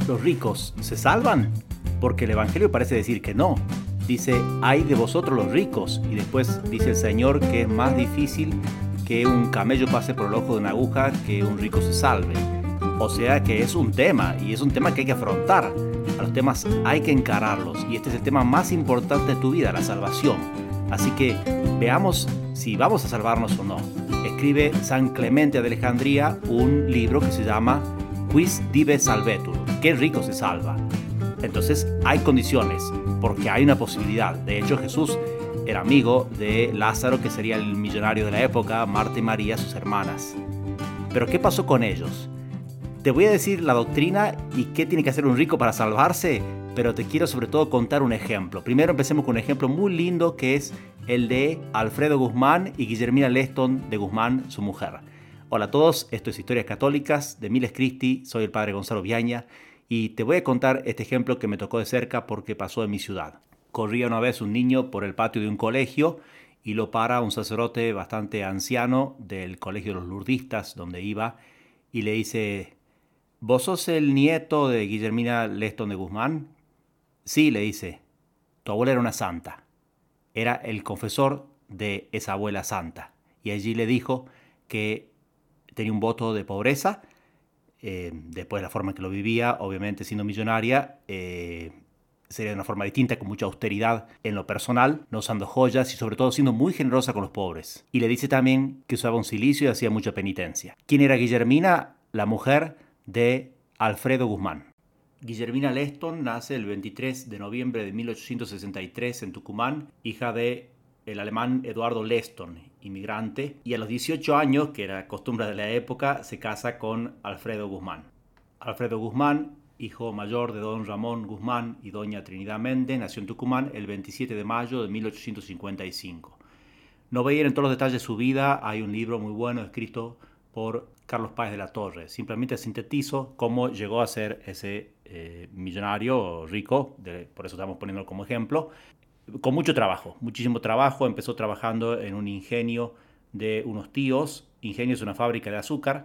¿Los ricos se salvan? Porque el Evangelio parece decir que no. Dice, ay de vosotros los ricos. Y después dice el Señor que es más difícil que un camello pase por el ojo de una aguja que un rico se salve. O sea que es un tema, y es un tema que hay que afrontar. A los temas hay que encararlos, y este es el tema más importante de tu vida, la salvación. Así que veamos si vamos a salvarnos o no. Escribe San Clemente de Alejandría un libro que se llama Quis Dive Salvetur, ¿qué rico se salva? Entonces hay condiciones, porque hay una posibilidad. De hecho, Jesús era amigo de Lázaro, que sería el millonario de la época, Marta y María, sus hermanas. Pero ¿qué pasó con ellos? Te voy a decir la doctrina y qué tiene que hacer un rico para salvarse, pero te quiero sobre todo contar un ejemplo. Primero empecemos con un ejemplo muy lindo que es el de Alfredo Guzmán y Guillermina Leston de Guzmán, su mujer. Hola a todos, esto es Historias Católicas de Miles Christi, soy el padre Gonzalo Viaña y te voy a contar este ejemplo que me tocó de cerca porque pasó en mi ciudad. Corría una vez un niño por el patio de un colegio y lo para un sacerdote bastante anciano del colegio de los Lurdistas donde iba y le dice: ¿Vos sos el nieto de Guillermina Leston de Guzmán? Sí, le dice. Tu abuela era una santa. Era el confesor de esa abuela santa. Y allí le dijo que tenía un voto de pobreza. Después de la forma en que lo vivía, obviamente siendo millonaria, sería de una forma distinta, con mucha austeridad en lo personal, no usando joyas y sobre todo siendo muy generosa con los pobres. Y le dice también que usaba un cilicio y hacía mucha penitencia. ¿Quién era Guillermina? La mujer de Alfredo Guzmán. Guillermina Leston nace el 23 de noviembre de 1863 en Tucumán, hija de el alemán Eduardo Leston, inmigrante, y a los 18 años, que era costumbre de la época, se casa con Alfredo Guzmán. Alfredo Guzmán, hijo mayor de don Ramón Guzmán y doña Trinidad Méndez, nació en Tucumán el 27 de mayo de 1855. No voy a ir en todos los detalles de su vida, hay un libro muy bueno escrito por Carlos Páez de la Torre. Simplemente sintetizo cómo llegó a ser ese millonario rico, por eso estamos poniéndolo como ejemplo, con mucho trabajo, muchísimo trabajo. Empezó trabajando en un ingenio de unos tíos. Ingenio es una fábrica de azúcar,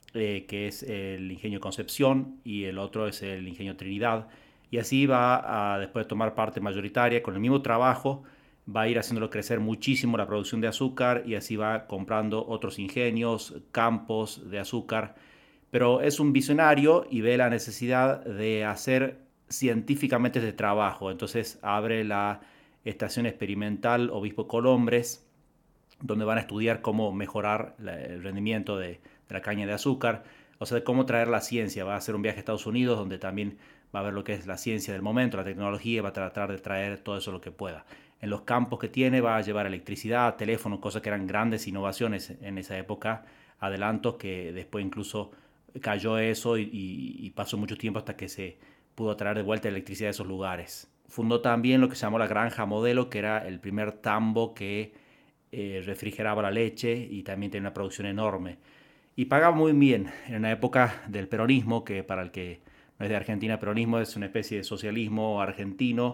que es el ingenio Concepción, y el otro es el ingenio Trinidad. Y así va a después tomar parte mayoritaria con el mismo trabajo. Va a ir haciéndolo crecer muchísimo la producción de azúcar y así va comprando otros ingenios, campos de azúcar. Pero es un visionario y ve la necesidad de hacer científicamente este trabajo. Entonces abre la estación experimental Obispo Colombres, donde van a estudiar cómo mejorar el rendimiento de la caña de azúcar, o sea, cómo traer la ciencia. Va a hacer un viaje a Estados Unidos donde también va a ver lo que es la ciencia del momento, la tecnología, va a tratar de traer todo eso lo que pueda. En los campos que tiene va a llevar electricidad, teléfono, cosas que eran grandes innovaciones en esa época, adelantos que después incluso cayó eso y pasó mucho tiempo hasta que se pudo traer de vuelta electricidad a esos lugares. Fundó también lo que se llamó la Granja Modelo, que era el primer tambo que refrigeraba la leche y también tenía una producción enorme. Y pagaba muy bien en una época del peronismo, que para el que no es de Argentina, peronismo es una especie de socialismo argentino,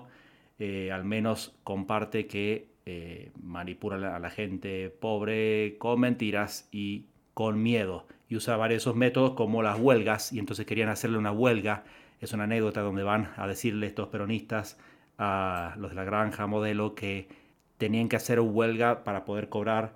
al menos comparte que manipula a la gente pobre con mentiras y con miedo. Y usa varios de esos métodos como las huelgas, y entonces querían hacerle una huelga. Es una anécdota donde van a decirle estos peronistas a los de la Granja Modelo que tenían que hacer huelga para poder cobrar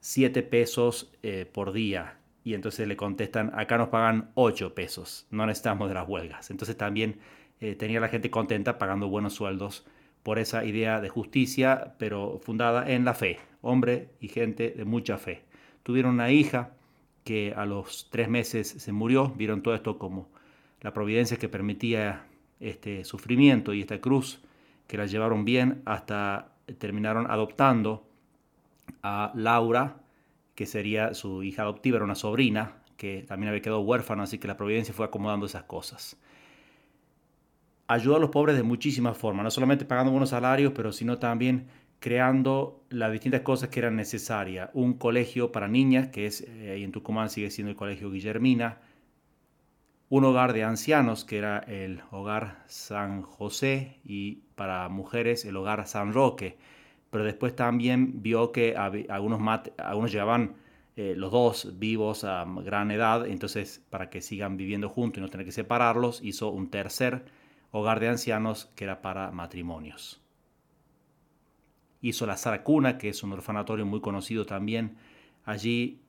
7 pesos por día. Y entonces le contestan, acá nos pagan 8 pesos, no necesitamos de las huelgas. Entonces también tenía la gente contenta pagando buenos sueldos por esa idea de justicia, pero fundada en la fe, hombre y gente de mucha fe. Tuvieron una hija que a los 3 meses se murió. Vieron todo esto como la providencia que permitía este sufrimiento y esta cruz, que la llevaron bien hasta terminaron adoptando a Laura, que sería su hija adoptiva, era una sobrina que también había quedado huérfana, así que la providencia fue acomodando esas cosas. Ayudó a los pobres de muchísimas formas, no solamente pagando buenos salarios, pero sino también creando las distintas cosas que eran necesarias. Un colegio para niñas, que es ahí en Tucumán sigue siendo el Colegio Guillermina. Un hogar de ancianos, que era el Hogar San José, y para mujeres el Hogar San Roque. Pero después también vio que algunos llevaban los dos vivos a gran edad, entonces para que sigan viviendo juntos y no tener que separarlos, hizo un tercer hogar de ancianos que era para matrimonios. Hizo la Sala Cuna, que es un orfanatorio muy conocido también. Allí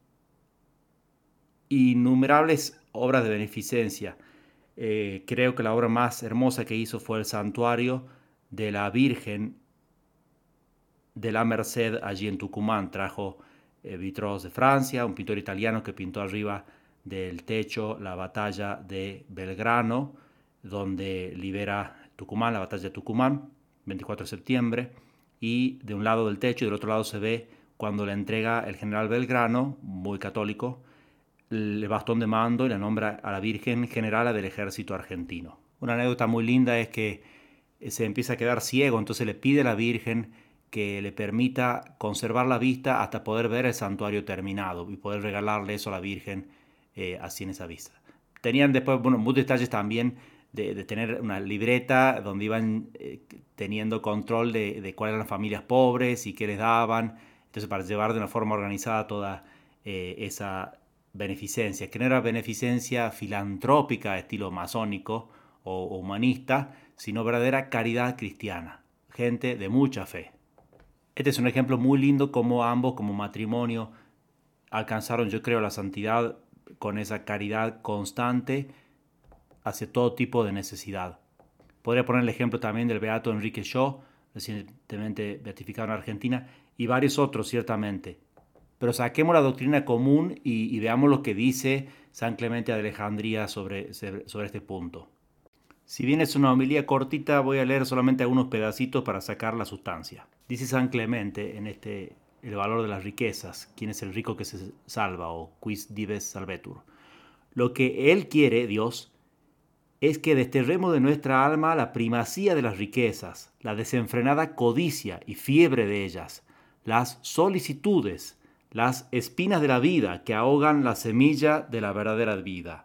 innumerables obras de beneficencia. Creo que la obra más hermosa que hizo fue el santuario de la Virgen de la Merced allí en Tucumán. Trajo vitros de Francia, un pintor italiano que pintó arriba del techo la batalla de Belgrano, donde libera Tucumán, la batalla de Tucumán, 24 de septiembre, y de un lado del techo y del otro lado se ve cuando le entrega el general Belgrano, muy católico, el bastón de mando y la nombra a la Virgen generala del ejército argentino. Una anécdota muy linda es que se empieza a quedar ciego, entonces le pide a la Virgen que le permita conservar la vista hasta poder ver el santuario terminado y poder regalarle eso a la Virgen así en esa vista. Tenían después muchos detalles también de tener una libreta donde iban teniendo control de cuáles eran las familias pobres y qué les daban, entonces para llevar de una forma organizada toda esa beneficencia, que no era beneficencia filantrópica estilo masónico o humanista, sino verdadera caridad cristiana, gente de mucha fe. Este es un ejemplo muy lindo como ambos, como matrimonio, alcanzaron, yo creo, la santidad con esa caridad constante hacia todo tipo de necesidad. Podría poner el ejemplo también del beato Enrique Shaw, recientemente beatificado en Argentina, y varios otros ciertamente. Pero saquemos la doctrina común y veamos lo que dice San Clemente de Alejandría sobre este punto. Si bien es una homilía cortita, voy a leer solamente algunos pedacitos para sacar la sustancia. Dice San Clemente en el valor de las riquezas, quién es el rico que se salva o quis dives salvetur. Lo que Él quiere, Dios, es que desterremos de nuestra alma la primacía de las riquezas, la desenfrenada codicia y fiebre de ellas, las solicitudes, las espinas de la vida que ahogan la semilla de la verdadera vida.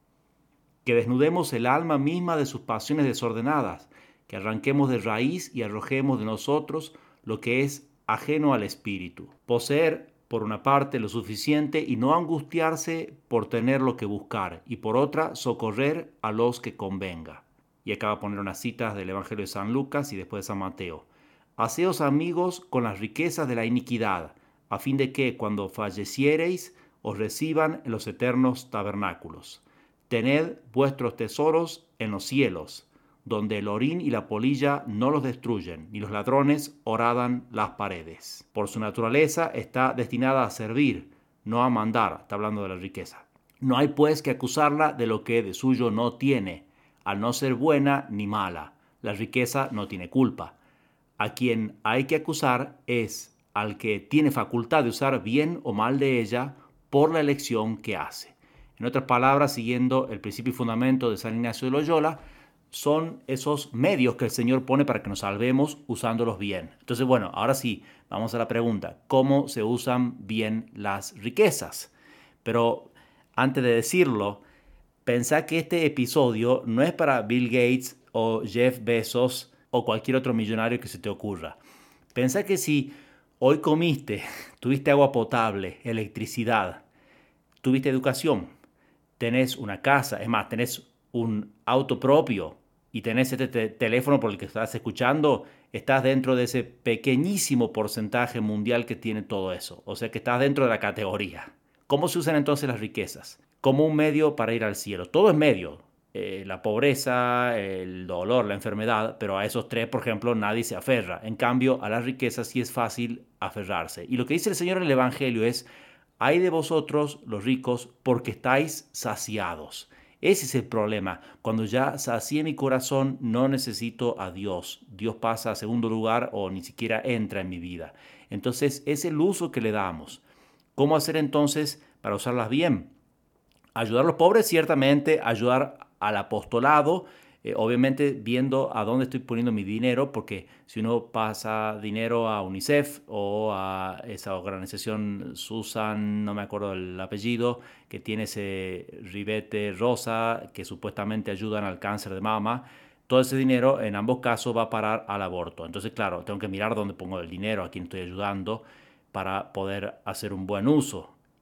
Que desnudemos el alma misma de sus pasiones desordenadas, que arranquemos de raíz y arrojemos de nosotros lo que es ajeno al espíritu. Poseer, por una parte, lo suficiente y no angustiarse por tener lo que buscar, y por otra, socorrer a los que convenga. Y acaba de poner unas citas del Evangelio de San Lucas y después de San Mateo. Haceos amigos con las riquezas de la iniquidad, a fin de que, cuando falleciereis, os reciban en los eternos tabernáculos. Tened vuestros tesoros en los cielos, donde el orín y la polilla no los destruyen, ni los ladrones horadan las paredes. Por su naturaleza está destinada a servir, no a mandar. Está hablando de la riqueza. No hay pues que acusarla de lo que de suyo no tiene, al no ser buena ni mala. La riqueza no tiene culpa. A quien hay que acusar es al que tiene facultad de usar bien o mal de ella por la elección que hace. En otras palabras, siguiendo el principio y fundamento de San Ignacio de Loyola, son esos medios que el Señor pone para que nos salvemos usándolos bien. Entonces, bueno, ahora sí, vamos a la pregunta, ¿cómo se usan bien las riquezas? Pero antes de decirlo, pensá que este episodio no es para Bill Gates o Jeff Bezos o cualquier otro millonario que se te ocurra. Pensá que si hoy comiste, tuviste agua potable, electricidad, tuviste educación, tenés una casa, es más, tenés un auto propio y tenés este teléfono por el que estás escuchando, estás dentro de ese pequeñísimo porcentaje mundial que tiene todo eso. O sea que estás dentro de la categoría. ¿Cómo se usan entonces las riquezas? Como un medio para ir al cielo. Todo es medio. La pobreza, el dolor, la enfermedad, pero a esos tres, por ejemplo, nadie se aferra. En cambio, a las riquezas sí es fácil aferrarse. Y lo que dice el Señor en el Evangelio es: ay de vosotros los ricos, porque estáis saciados. Ese es el problema. Cuando ya sacié mi corazón, no necesito a Dios. Dios pasa a segundo lugar o ni siquiera entra en mi vida. Entonces, es el uso que le damos. ¿Cómo hacer entonces para usarlas bien? Ayudar a los pobres, ciertamente, ayudar al apostolado, obviamente viendo a dónde estoy poniendo mi dinero, porque si uno pasa dinero a UNICEF o a esa organización Susan, no me acuerdo el apellido, que tiene ese ribete rosa que supuestamente ayudan al cáncer de mama, todo ese dinero en ambos casos va a parar al aborto. Entonces, claro, tengo que mirar dónde pongo el dinero, a quién estoy ayudando para poder hacer un buen uso.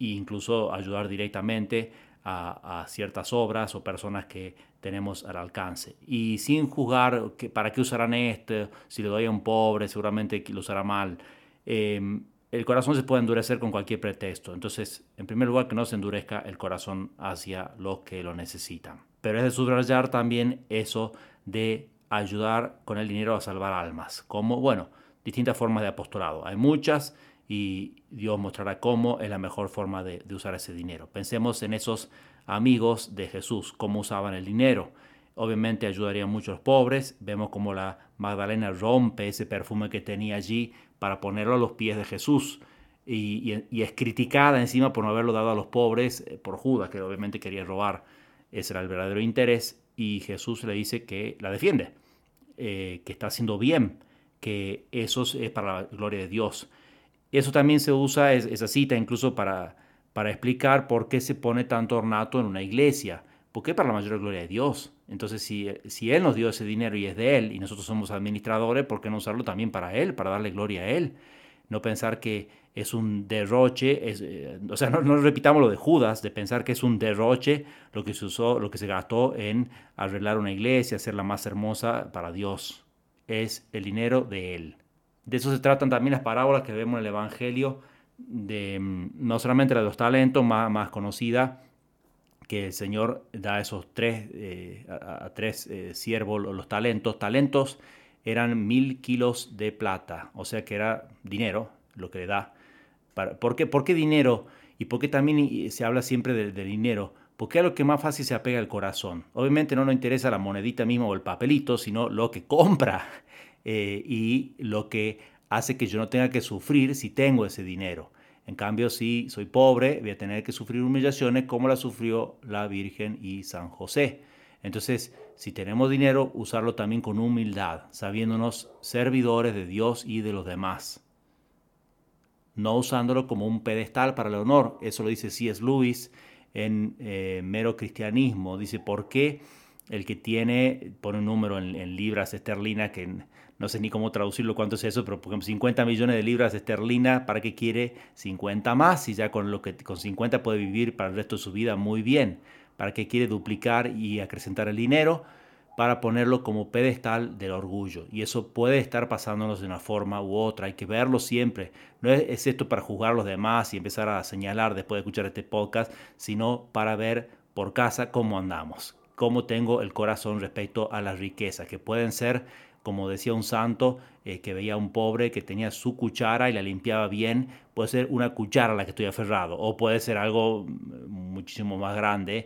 e incluso ayudar directamente a ciertas obras o personas que tenemos al alcance. Y sin juzgar para qué usarán esto, si le doy a un pobre, seguramente lo usará mal. El corazón se puede endurecer con cualquier pretexto. Entonces, en primer lugar, que no se endurezca el corazón hacia los que lo necesitan. Pero es de subrayar también eso de ayudar con el dinero a salvar almas. Como, distintas formas de apostolado. Hay muchas y Dios mostrará cómo es la mejor forma de usar ese dinero. Pensemos en esos amigos de Jesús, cómo usaban el dinero. Obviamente ayudarían mucho a los pobres. Vemos cómo la Magdalena rompe ese perfume que tenía allí para ponerlo a los pies de Jesús. Y es criticada encima por no haberlo dado a los pobres por Judas, que obviamente quería robar. Ese era el verdadero interés. Y Jesús le dice que la defiende, que está haciendo bien, que eso es para la gloria de Dios. Eso también se usa, esa cita, incluso para explicar por qué se pone tanto ornato en una iglesia. Porque es para la mayor gloria de Dios. Entonces, si Él nos dio ese dinero y es de Él, y nosotros somos administradores, ¿por qué no usarlo también para Él, para darle gloria a Él? No pensar que es un derroche, no repitamos lo de Judas, de pensar que es un derroche lo que se usó, lo que se gastó en arreglar una iglesia, hacerla más hermosa para Dios. Es el dinero de Él. De eso se tratan también las parábolas que vemos en el Evangelio, no solamente la de los talentos, más conocida, que el Señor da a esos tres siervos los talentos. Talentos eran 1000 kilos de plata, o sea que era dinero lo que le da. ¿Por qué dinero? ¿Y por qué también se habla siempre de dinero? Porque es lo que más fácil se apega al corazón. Obviamente no nos interesa la monedita misma o el papelito, sino lo que compra y lo que hace que yo no tenga que sufrir si tengo ese dinero. En cambio, si soy pobre, voy a tener que sufrir humillaciones como la sufrió la Virgen y San José. Entonces, si tenemos dinero, usarlo también con humildad, sabiéndonos servidores de Dios y de los demás. No usándolo como un pedestal para el honor. Eso lo dice C.S. Lewis en Mero Cristianismo. Dice, ¿por qué el que pone un número en libras esterlinas, que no sé ni cómo traducirlo, cuánto es eso, pero por ejemplo 50 millones de libras esterlinas, ¿para qué quiere 50 más? Si ya con 50 puede vivir para el resto de su vida muy bien. ¿Para qué quiere duplicar y acrecentar el dinero? Para ponerlo como pedestal del orgullo. Y eso puede estar pasándonos de una forma u otra. Hay que verlo siempre. No es esto para juzgar a los demás y empezar a señalar después de escuchar este podcast, sino para ver por casa cómo andamos, cómo tengo el corazón respecto a las riquezas, que pueden ser, como decía un santo, que veía a un pobre que tenía su cuchara y la limpiaba bien. Puede ser una cuchara a la que estoy aferrado, o puede ser algo muchísimo más grande,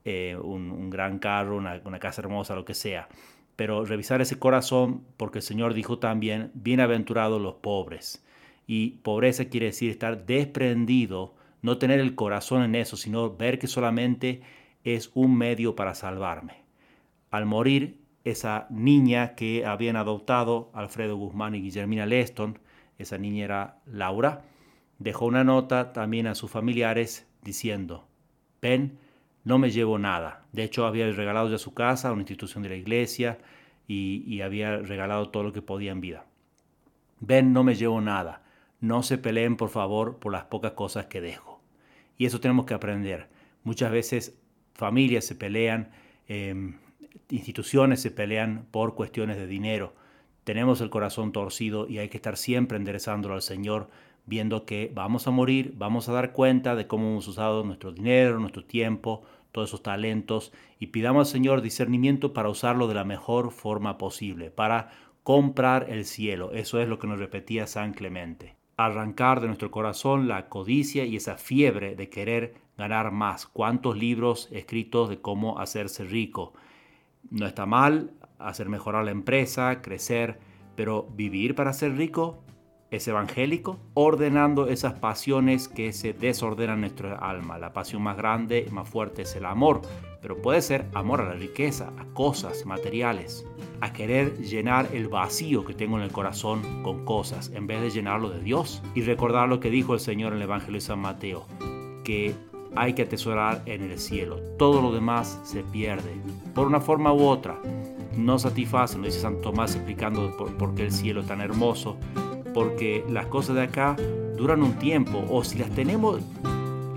un gran carro, una casa hermosa, lo que sea. Pero revisar ese corazón, porque el Señor dijo también, bienaventurados los pobres. Y pobreza quiere decir estar desprendido, no tener el corazón en eso, sino ver que solamente es un medio para salvarme. Al morir, esa niña que habían adoptado Alfredo Guzmán y Guillermina Leston, esa niña era Laura, dejó una nota también a sus familiares diciendo, ven, no me llevo nada. De hecho, había regalado ya su casa a una institución de la iglesia y había regalado todo lo que podía en vida. Ven, no me llevo nada. No se peleen, por favor, por las pocas cosas que dejo. Y eso tenemos que aprender. Muchas veces familias se pelean, instituciones se pelean por cuestiones de dinero. Tenemos el corazón torcido y hay que estar siempre enderezándolo al Señor, viendo que vamos a morir, vamos a dar cuenta de cómo hemos usado nuestro dinero, nuestro tiempo, todos esos talentos, y pidamos al Señor discernimiento para usarlo de la mejor forma posible, para comprar el cielo. Eso es lo que nos repetía San Clemente. Arrancar de nuestro corazón la codicia y esa fiebre de querer ganar más. ¿Cuántos libros escritos de cómo hacerse rico? No está mal hacer mejorar la empresa, crecer, pero vivir para ser rico es evangélico, ordenando esas pasiones que se desordenan en nuestra alma. La pasión más grande y más fuerte es el amor, pero puede ser amor a la riqueza, a cosas materiales, a querer llenar el vacío que tengo en el corazón con cosas, en vez de llenarlo de Dios. Y recordar lo que dijo el Señor en el Evangelio de San Mateo, que hay que atesorar en el cielo. Todo lo demás se pierde, por una forma u otra. No satisface, lo dice San Tomás explicando por qué el cielo es tan hermoso, porque las cosas de acá duran un tiempo, o si las tenemos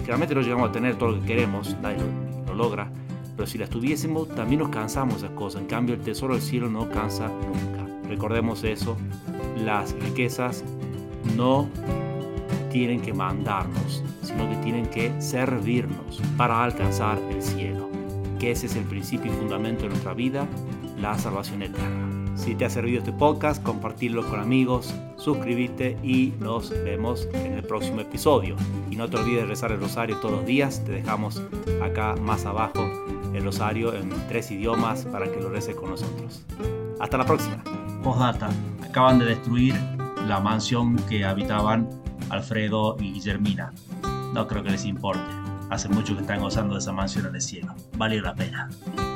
Generalmente no llegamos a tener todo lo que queremos, nadie lo logra, pero si las tuviésemos también nos cansamos de esas cosas. En cambio, el tesoro del cielo no cansa nunca. Recordemos eso, las riquezas no tienen que mandarnos, sino que tienen que servirnos para alcanzar el cielo, que ese es el principio y fundamento de nuestra vida, la salvación eterna. Si te ha servido este podcast, compartirlo con amigos, suscríbete y nos vemos en el próximo episodio. Y no te olvides de rezar el rosario todos los días. Te dejamos acá más abajo el rosario en 3 idiomas para que lo reces con nosotros. Hasta la próxima. Postdata: acaban de destruir la mansión que habitaban Alfredo y Guillermina. No creo que les importe. Hace mucho que están gozando de esa mansión en el cielo. Vale la pena.